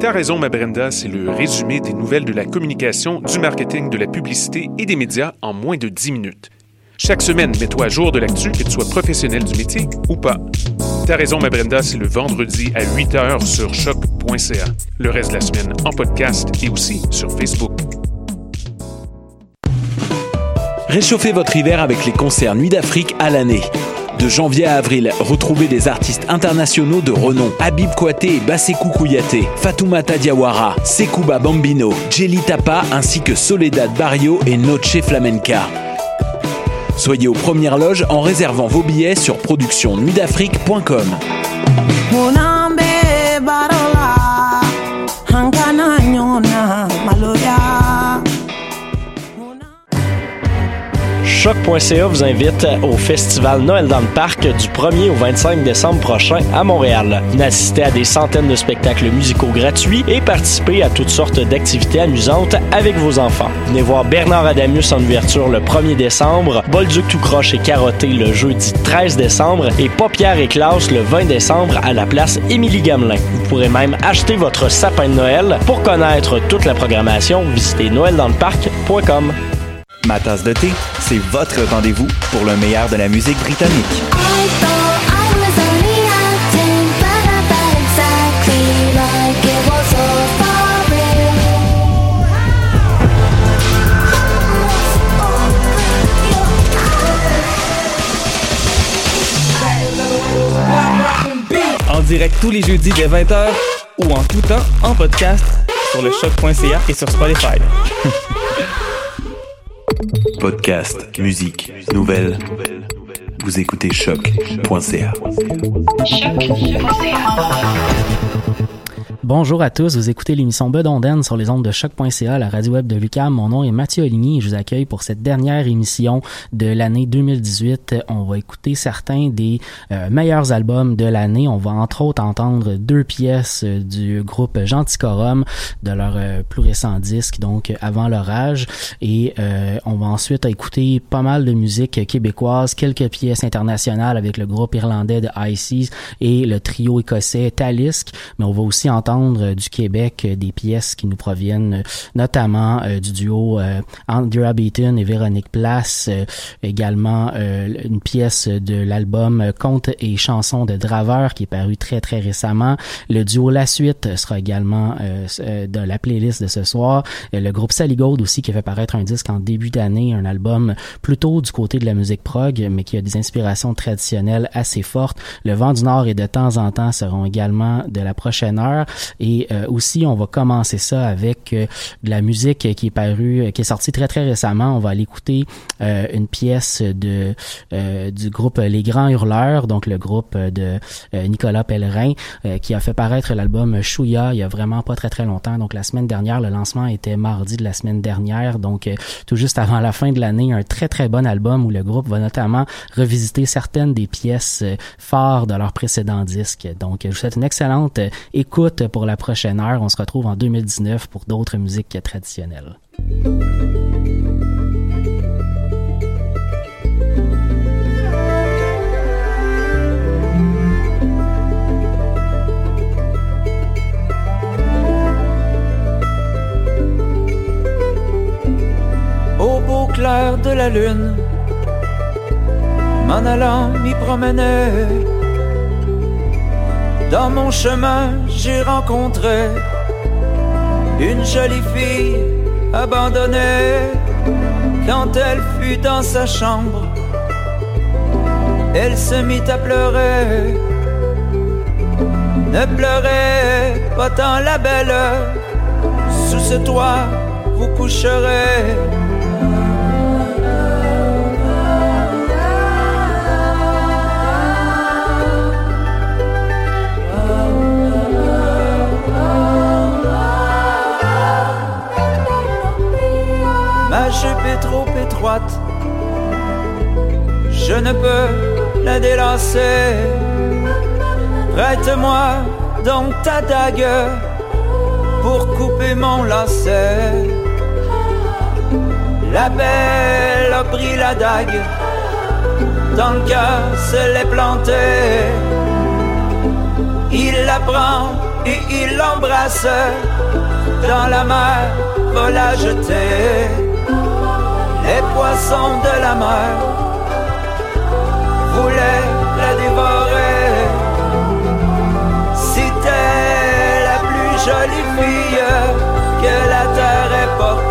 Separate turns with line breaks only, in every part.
T'as raison, ma Brenda, c'est le résumé des nouvelles de la communication, du marketing, de la publicité et des médias en moins de 10 minutes. Chaque semaine, mets-toi à jour de l'actu, que tu sois professionnel du métier ou pas. T'as raison, ma Brenda, c'est le vendredi à 8h sur choc.ca. Le reste de la semaine en podcast et aussi sur Facebook.
Réchauffez votre hiver avec les concerts Nuit d'Afrique à l'année. De janvier à avril, retrouvez des artistes internationaux de renom. Habib Kouyaté et Bassekou Kouyaté, Fatoumata Diawara, Sekouba Bambino, Jelly Tapa ainsi que Soledad Barrio et Noche Flamenca. Soyez aux premières loges en réservant vos billets sur productionnuitdafrique.com.
Choc.ca vous invite au festival Noël dans le parc du 1er au 25 décembre prochain à Montréal. Venez assister à des centaines de spectacles musicaux gratuits et participer à toutes sortes d'activités amusantes avec vos enfants. Venez voir Bernard Adamus en ouverture le 1er décembre, Bolduc tout croche et carotté le jeudi 13 décembre et Paupières et Classe le 20 décembre à la place Émilie-Gamelin. Vous pourrez même acheter votre sapin de Noël. Pour connaître toute la programmation, visitez noeldansleparc.com.
Ma tasse de thé, c'est votre rendez-vous pour le meilleur de la musique britannique.
En direct tous les jeudis dès 20h ou en tout temps en podcast sur le choc.ca et sur Spotify.
Podcast, musique, nouvelles. Vous écoutez choc.ca.
Bonjour à tous, vous écoutez l'émission Bedonden sur les ondes de choc.ca, la radio web de l'UQAM. Mon nom est Mathieu Oligny et je vous accueille pour cette dernière émission de l'année 2018. On va écouter certains des meilleurs albums de l'année. On va entre autres entendre 2 pièces du groupe Genticorum de leur plus récent disque, donc Avant l'orage. Et on va ensuite écouter pas mal de musique québécoise, quelques pièces internationales avec le groupe irlandais de Ices et le trio écossais Talisk. Mais on va aussi entendre du Québec des pièces qui nous proviennent notamment du duo Andrea Beaton et Véronique Place, également une pièce de l'album Contes et chansons de Draveur qui est paru très très récemment. Le duo La Suite sera également de la playlist de ce soir. Le groupe Saligold aussi qui a fait paraître un disque en début d'année, un album plutôt du côté de la musique prog mais qui a des inspirations traditionnelles assez fortes. Le Vent du Nord et de temps en temps seront également de la prochaine heure. Et aussi, on va commencer ça avec de la musique qui est sortie très très récemment. On va aller écouter une pièce du groupe Les Grands Hurleurs, donc le groupe de Nicolas Pellerin, qui a fait paraître l'album Chouïa il y a vraiment pas très très longtemps. Donc la semaine dernière, le lancement était mardi de la semaine dernière, donc tout juste avant la fin de l'année, un très très bon album où le groupe va notamment revisiter certaines des pièces phares de leur précédent disque. Donc je vous souhaite une excellente écoute pour la prochaine heure. On se retrouve en 2019 pour d'autres musiques traditionnelles.
Au beau clair de la lune, m'en allant m'y promener. Dans mon chemin, j'ai rencontré une jolie fille abandonnée. Quand elle fut dans sa chambre, elle se mit à pleurer. Ne pleurez pas tant la belle, sous ce toit vous coucherez. Ma jupe est trop étroite, je ne peux la délacer. Prête-moi donc ta dague pour couper mon lacet. La belle a pris la dague, dans le cœur se l'est plantée. Il la prend et il l'embrasse. Dans la mer, va la jeter. Les poissons de la mer voulaient la dévorer. C'était la plus jolie fille que la terre ait portée.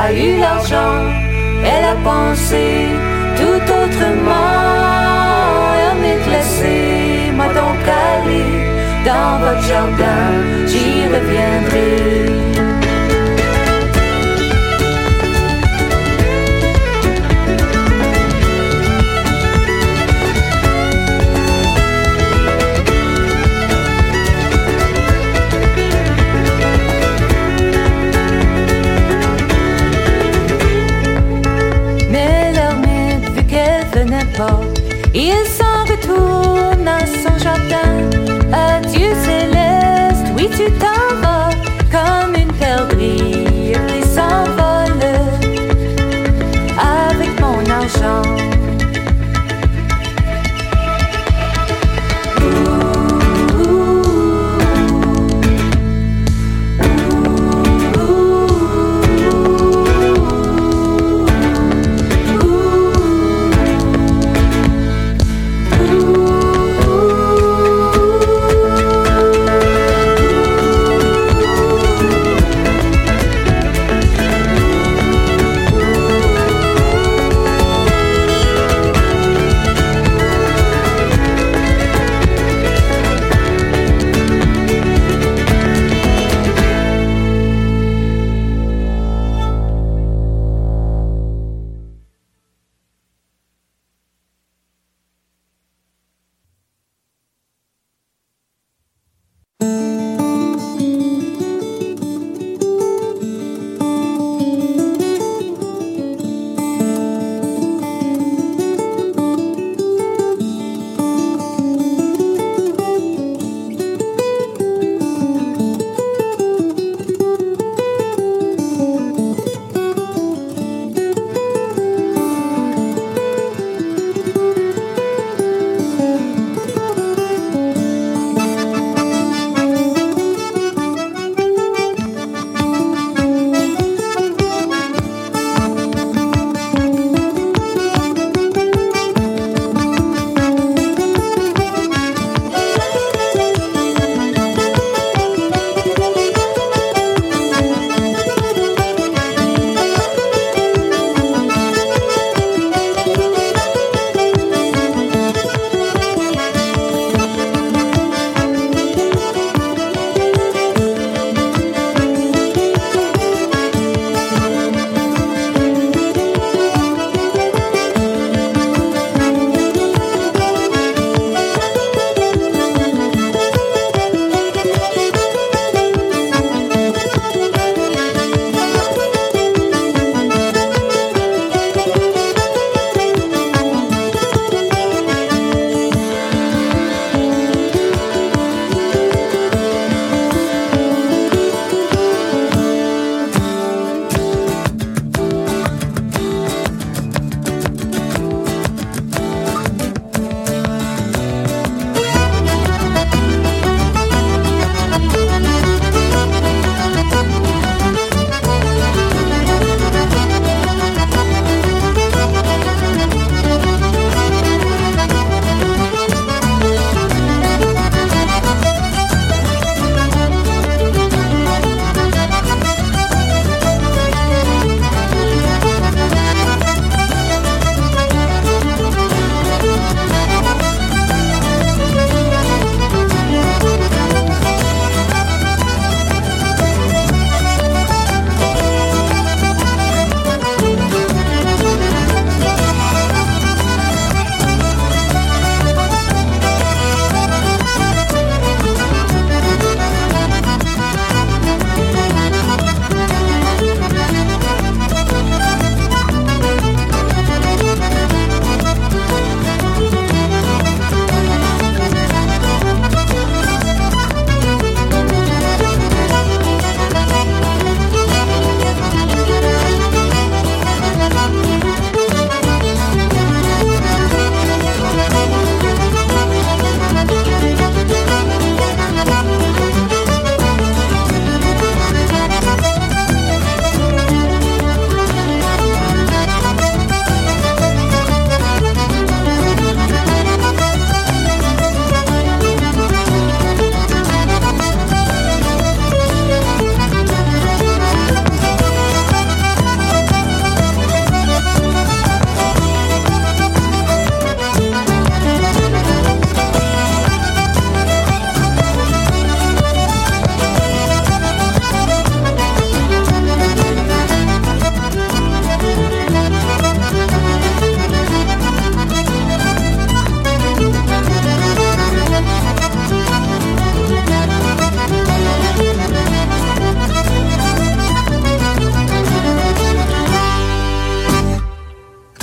pas eu l'argent, elle a pensé tout autrement. Elle m'est laissé, moi donc aller dans votre jardin, j'y reviendrai. Il s'en retourne à son jardin. Adieu Céleste, oui tu t'en vas. Quand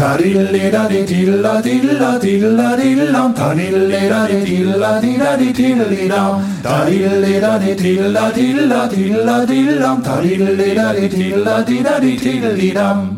ta diddly da di diddla diddla diddla diddlam, ta diddly da di diddla diddla di diddly dam, ta diddly da di diddla diddla diddla diddlam, ta diddly da di diddla diddla di diddly dam.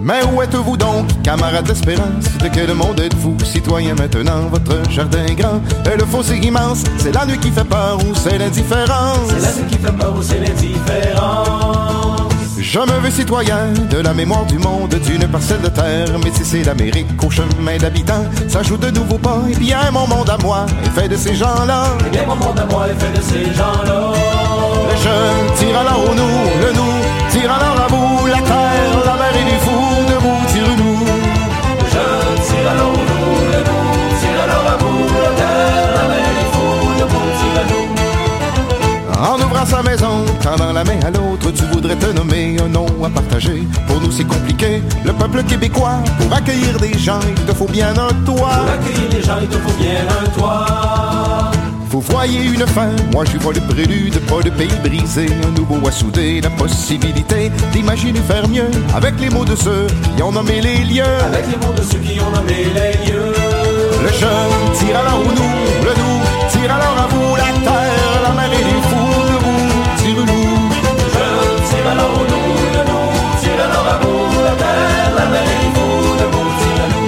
Mais où êtes-vous donc, camarades d'espérance? De quel monde êtes-vous, citoyens maintenant? Votre jardin est grand, et le fossé immense. C'est la nuit qui fait peur ou c'est l'indifférence? C'est la nuit qui fait peur ou c'est l'indifférence? Je me veux citoyen de la mémoire du monde, d'une parcelle de terre métissée d'Amérique au chemin d'habitants. S'ajoute de nouveaux pas, et bien mon monde à moi est fait de ces gens-là. Et bien mon monde à moi est fait de ces gens-là. Les jeunes tirent alors au nous, le nous tire alors à vous, la terre, la mer et les fous, debout, tire-nous. Les jeunes tirent alors au nous, le nous tire alors à vous, la terre, la mer et les fous, debout, tire-nous. En ouvrant sa maison, tendant la main à l'autre, tu voudrais te nommer un nom à partager. Pour nous c'est compliqué, le peuple québécois, pour accueillir des gens, il te faut bien un toit. Pour accueillir des gens, il te faut bien un toit. Vous voyez une fin, moi je vois le prélude, pas de pays brisé, un nouveau à souder, la possibilité d'imaginer faire mieux, avec les mots de ceux qui ont nommé les lieux. Avec les mots de ceux qui ont nommé les lieux. Le jeune tire alors au nous, le nous tire alors à vous, la terre, la mer et les fous, debout, tire-nous. Le jeune tire alors au nous, le nous tire alors à vous, la terre, la mer et les fous, debout, tire-nous.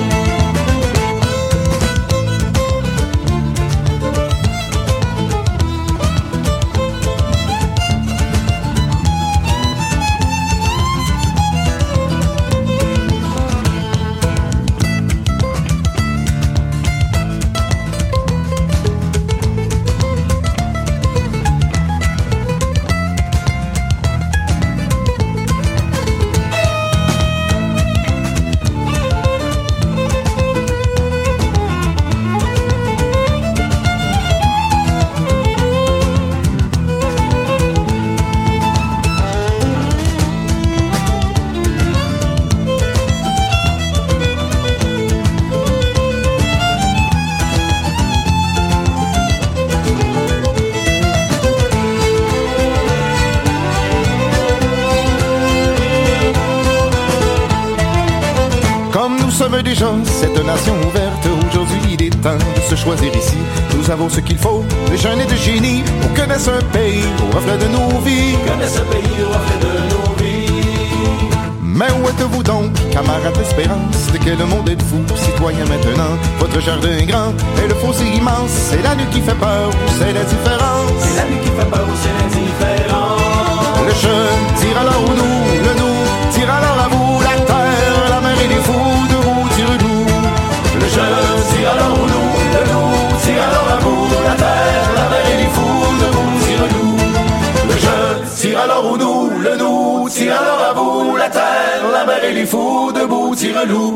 Déjà, cette nation ouverte, aujourd'hui il est temps de se choisir ici. Nous avons ce qu'il faut, de jeunes et de génies, pour connaître un pays au reflet de nos vies. Connaître un pays au reflet de nos vies. Mais où êtes-vous donc, camarades d'espérance? De quel monde êtes-vous, citoyens maintenant? Votre jardin est grand, et le fossé immense. C'est la nuit qui fait peur ou c'est l'indifférence? C'est la nuit qui fait peur ou c'est l'indifférence? Le jeune tire alors au nous, le nous tire alors à vous, la terre, la mer et les fous. Le jeune tire alors au nous, le nous tire alors à vous, la terre, la mer et les fous, debout, tire-nous. Le jeune tire alors au nous, le nous tire alors à vous, la terre, la mer et les fous, debout, tire-nous.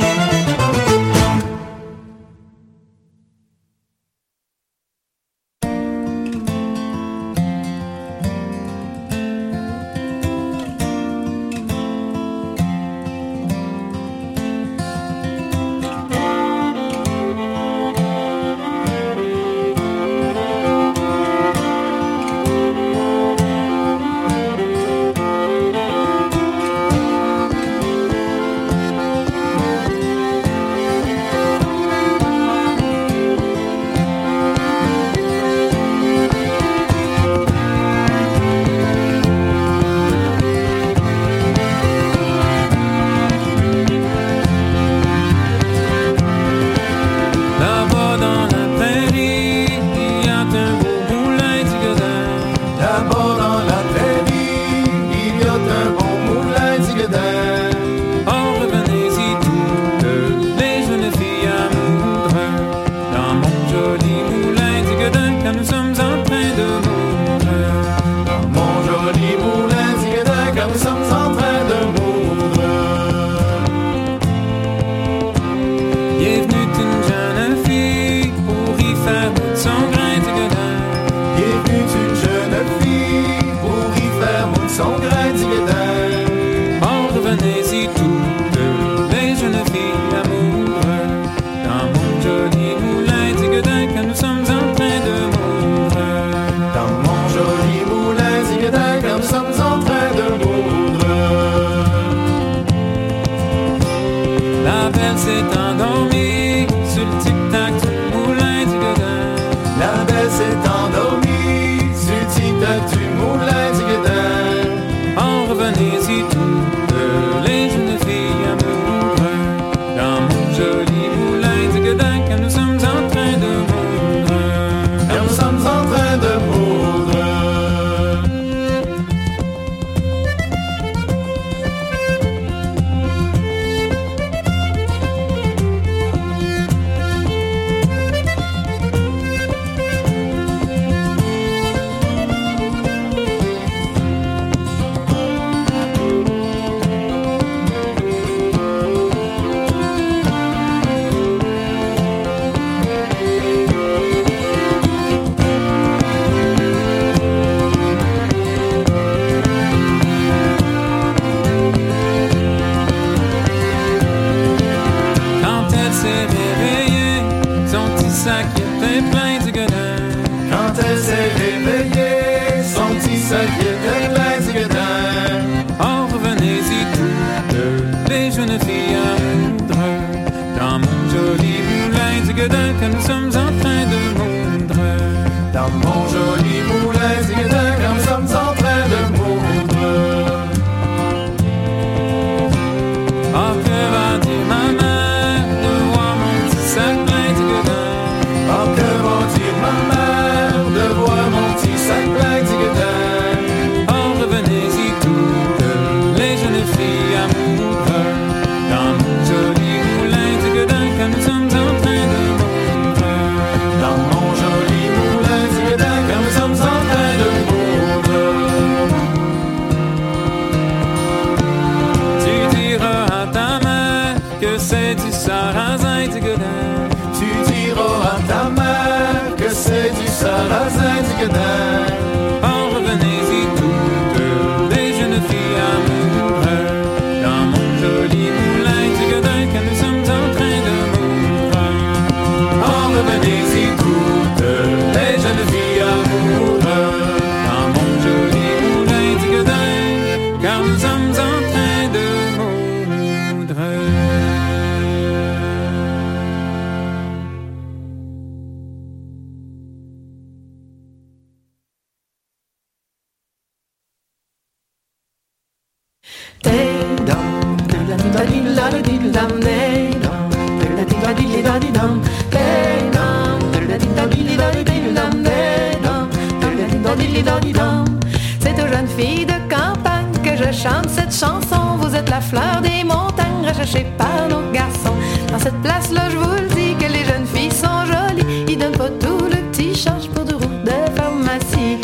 C'est aux jeunes filles de campagne que je chante cette chanson. Vous êtes la fleur des montagnes recherchée par nos garçons. Dans cette place-là, je vous le dis que les jeunes filles sont jolies. Ils donnent pas tout le petit change pour du roux de pharmacie.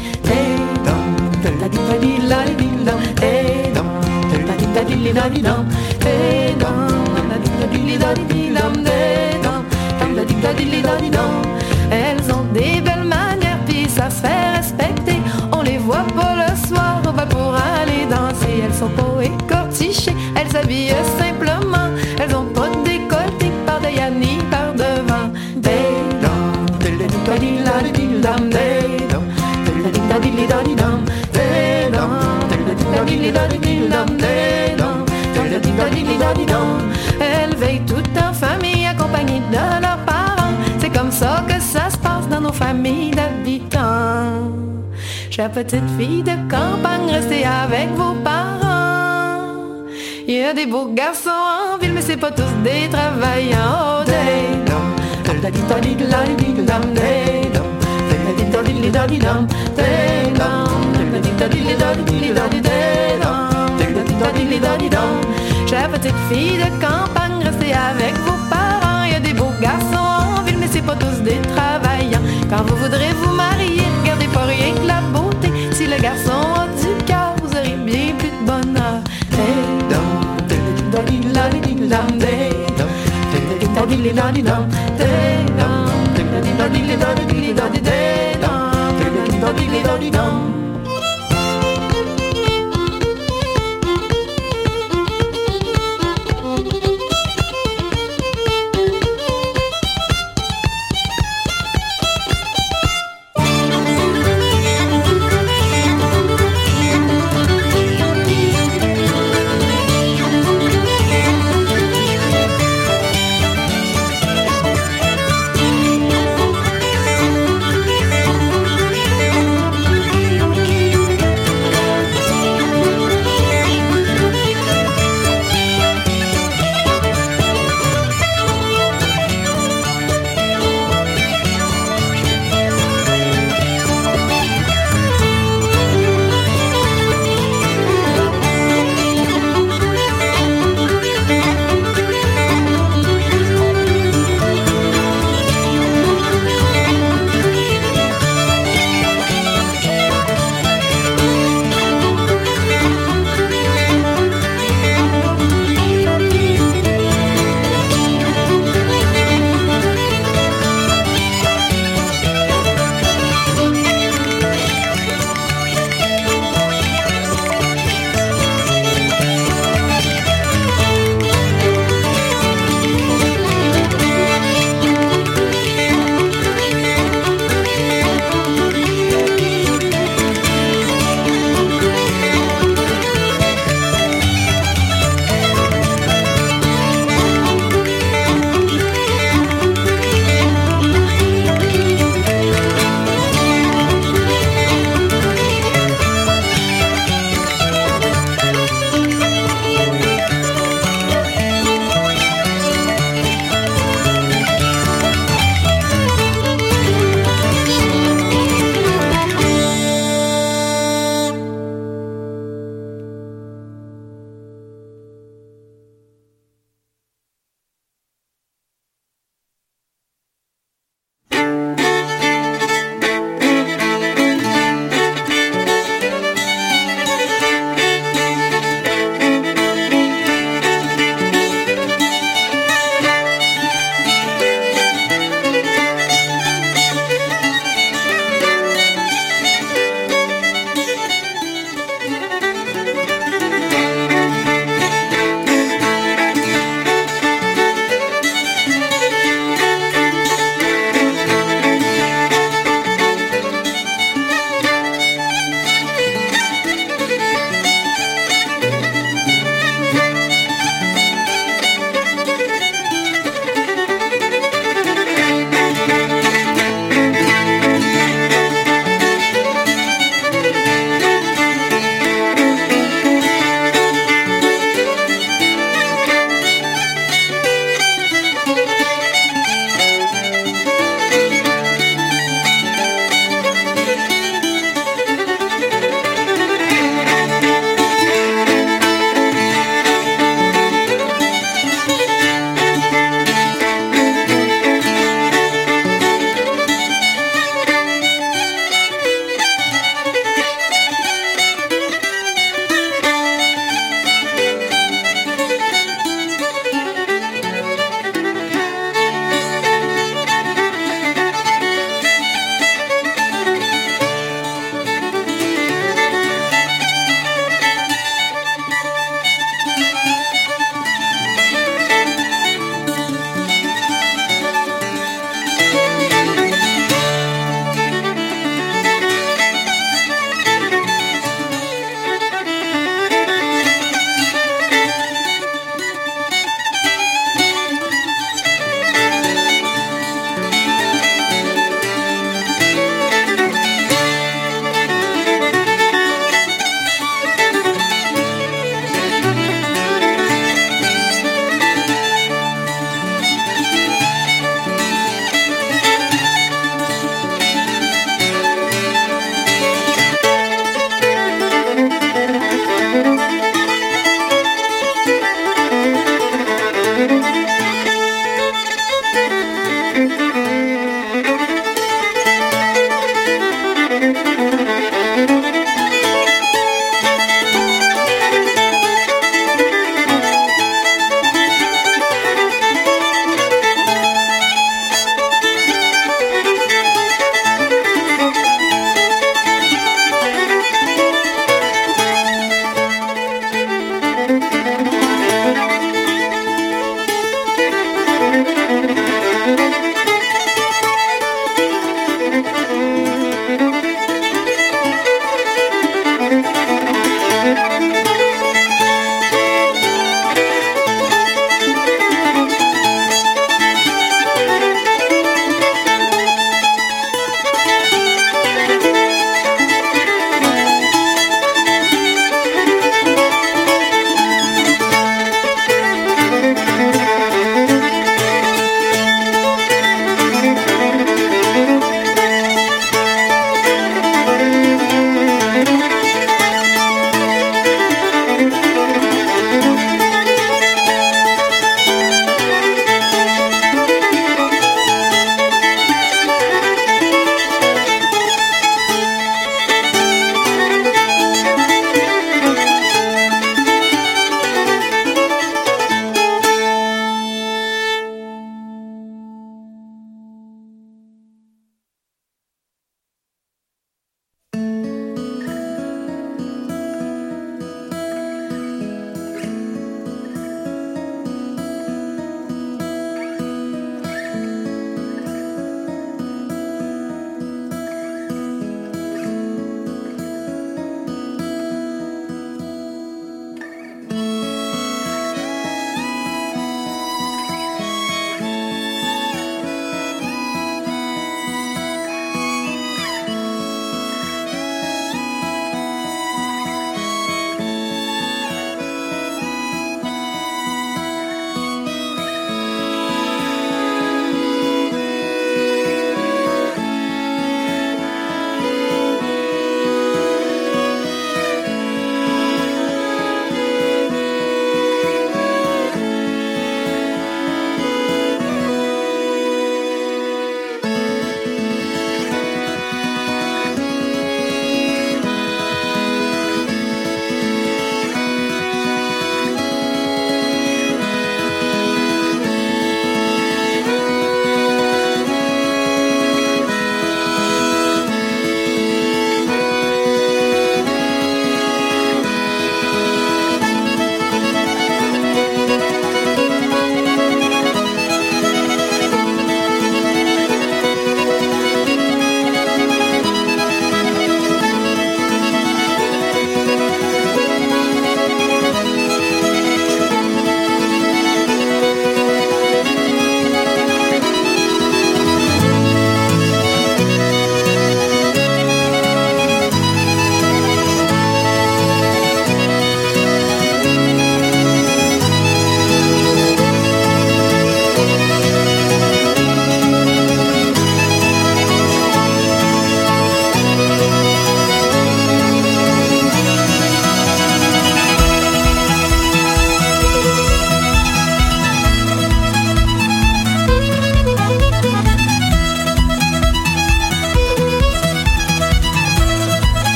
Elles ont des belles manières puis ça se fait respecter. On les voit pas le soir au bal pour aller danser. Elles sont pas écortichées, elles s'habillent simplement. Elles ont pas de décolleté par derrière ni par devant. Elles veillent tout en famille accompagnées de leurs parents. C'est comme ça que ça se passe dans nos familles d'habitants. Chère petite fille de campagne, restez avec vos parents. Il y a des beaux garçons en ville, mais c'est pas tous des travailleurs. Chère petite fille de campagne, restez avec vos parents. Il y a des beaux garçons en ville, mais c'est pas tous des travailleurs. Quand vous voudrez vous marier, regardez pas rien que la beauté. Si le garçon a du cœur, vous aurez bien plus de bonheur.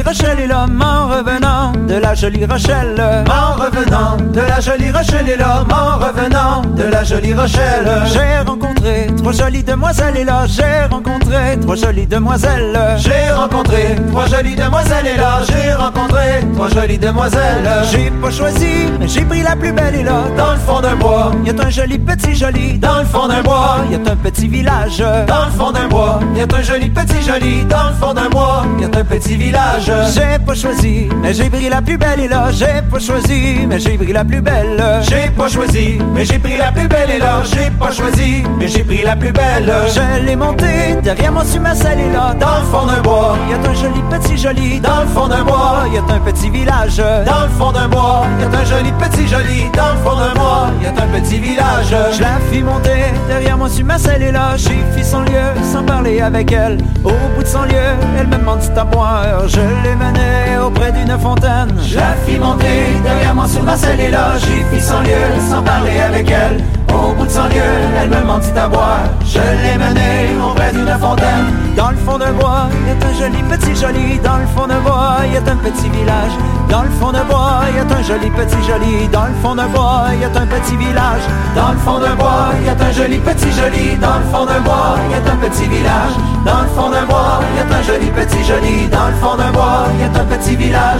Rochelle est l'homme en revenant de la jolie Rochelle. En revenant de la jolie Rochelle est l'homme en revenant de la jolie Rochelle. J'ai rencontré trois jolies demoiselles et là j'ai rencontré trois jolies demoiselles. J'ai rencontré trois jolies demoiselles et là j'ai rencontré trois jolies demoiselles. J'ai pas choisi mais j'ai pris la plus belle et là dans le fond d'un bois y a un joli petit joli. Dans le fond d'un bois y a un petit village. Dans le fond d'un bois y a un joli petit joli. Dans le fond d'un bois y a un petit village. J'ai pas choisi mais j'ai pris la plus belle et là j'ai pas choisi mais j'ai pris la plus belle. J'ai pas choisi mais j'ai pris la plus belle et là j'ai pas choisi mais j'ai pris la plus belle. Je l'ai montée derrière moi sur ma selle et là dans le fond d'un bois y a un joli petit joli. Dans le fond d'un bois y a un petit village. Dans le fond d'un bois y a un joli petit joli. Dans le fond d'un bois y a un petit village. Je la fis monter derrière moi sur ma selle et là j'ai fait son lieu sans parler avec elle. Au bout de son lieu elle me demande à boire. Je l'ai menée auprès d'une fontaine. Je la fis monter derrière moi sur ma selle et là j'ai fait son lieu sans parler avec elle. Au bout de son lieu, elle me mentit à boire. Je l'ai menée auprès d'une fontaine. Dans le fond d'un bois, il y a un joli petit joli. Dans le fond d'un bois, il y a un petit village. Dans le fond d'un bois, il y a un joli petit joli. Dans le fond d'un bois, il y a un petit village. Dans le fond d'un bois, il y a un joli petit joli. Dans le fond d'un bois, il y a un petit village. Dans le fond d'un bois, il y a un joli petit joli. Dans le fond d'un bois, il y a un petit village.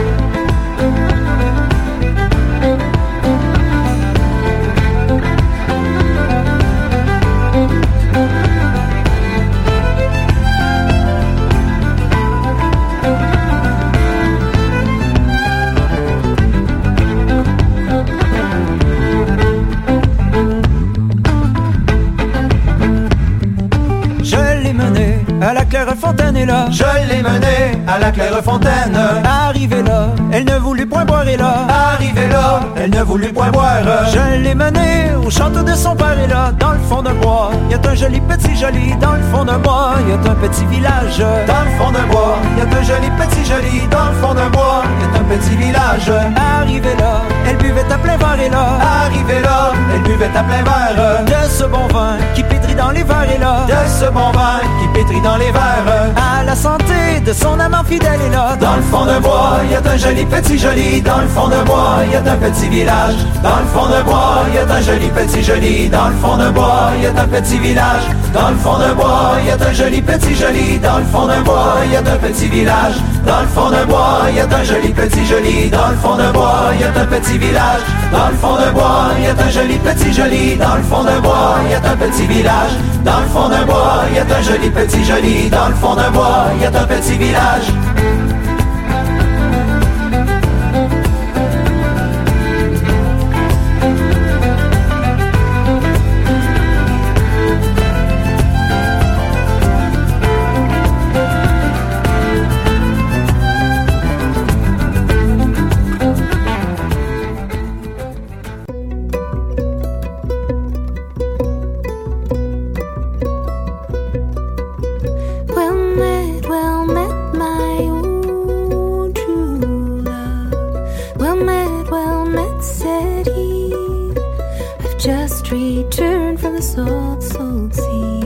À la claire fontaine est là. Je l'ai menée à la claire fontaine. Arrivée là, elle ne voulut point boire et là. Arrivée là, elle ne voulut point boire. Je l'ai menée au château de son père et là. Dans le fond d'un bois, y a un joli petit joli. Dans le fond d'un bois, y a un petit village. Dans le fond d'un bois, y a un joli petit joli. Dans le fond d'un bois, y a un petit village. Arrivée là, elle buvait à plein verre et là. Arrivée là, elle buvait à plein verre. De ce bon vin qui pétrit dans les verres et là. De ce bon vin qui pétrit dans les verres. À la santé de son amant fidèle et là. Dans le fond d'un bois, y a un joli petit joli. Dans le fond d'un bois, y a un petit village. Dans le fond d'un bois, y a un joli petit joli. Dans le fond d'un bois, y a un petit village. Dans le fond d'un bois, y a un joli petit joli. Dans le fond d'un bois, y a un petit village. Dans le fond d'un bois, y a un joli petit joli. Dans le fond d'un bois, y a un petit village. Dans le fond d'un bois, y a un joli petit joli. Dans le fond d'un bois, y a un petit village. Dans le fond d'un bois, y a un joli petit joli. Dans le fond d'un bois, y a un petit village.
Just returned from the salt sea.